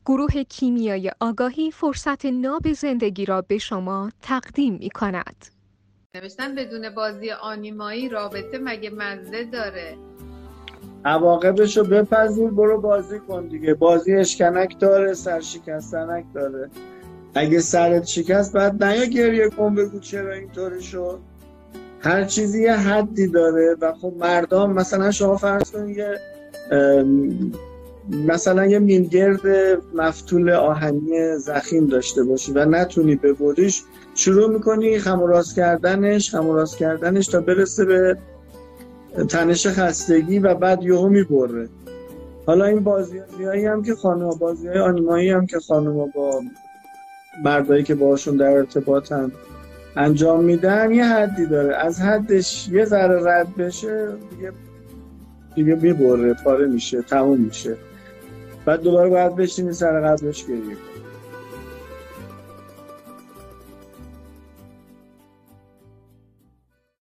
گروه کیمیای آگاهی فرصت ناب زندگی را به شما تقدیم می کند. نوشتن بدون بازی آنیمایی رابطه مگه مزه داره؟ عواقبشو بپذیر، برو بازی کن دیگه. بازی اشکنک داره، سرشکستنک داره. اگه سرت شکست بعد نیا گریه کن بگو چرا اینطوری شد. هر چیزی یه حدی داره و خب مردم، مثلا شما فرض کن مثلا یه میلگرد مفتول آهنی ضخیم داشته باشی و نتونی ببریش، شروع میکنی خم و راست کردنش تا برسه به تنش خستگی و بعد یهو میبره. حالا این بازیایی هم که خانوما، بازیای آنیمایی هم که خانوما با مردایی که باشون در ارتباطن انجام میدن یه حدی داره، از حدش یه ذره رد بشه دیگه میبره، پاره میشه، تموم میشه. بعد دوباره باید بشینی سر قبلش گریه کنی.